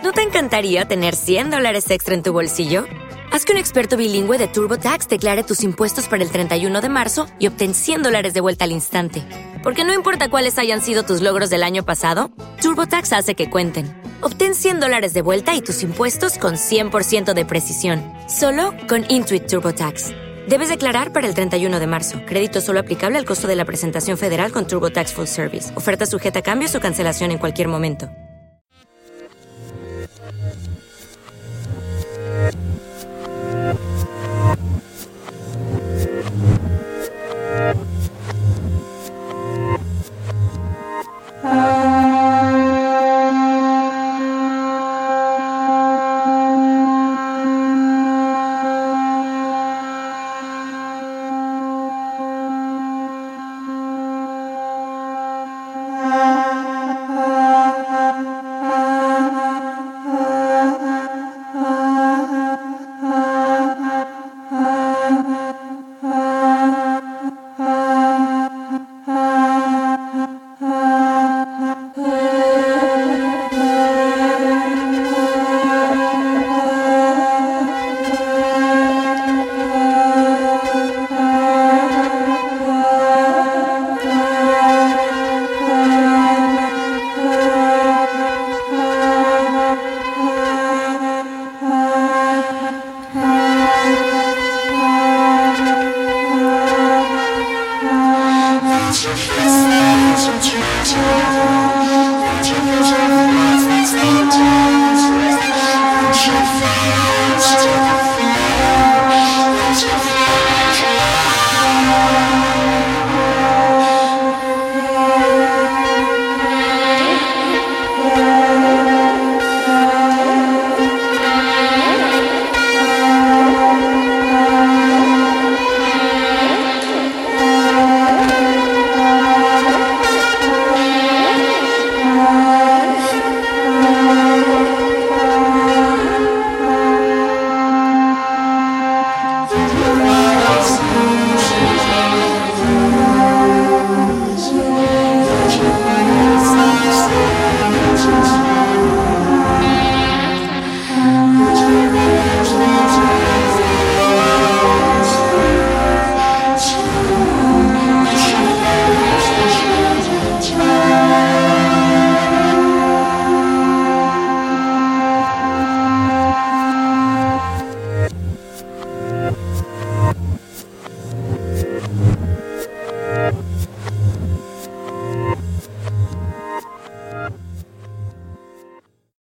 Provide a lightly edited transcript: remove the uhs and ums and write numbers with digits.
¿No te encantaría tener $100 extra en tu bolsillo? Haz que un experto bilingüe de TurboTax declare tus impuestos para el 31 de marzo y obtén $100 de vuelta al instante. Porque no importa cuáles hayan sido tus logros del año pasado, TurboTax hace que cuenten. Obtén $100 de vuelta y tus impuestos con 100% de precisión. Solo con Intuit TurboTax. Debes declarar para el 31 de marzo. Crédito solo aplicable al costo de la presentación federal con TurboTax Full Service. Oferta sujeta a cambios o cancelación en cualquier momento.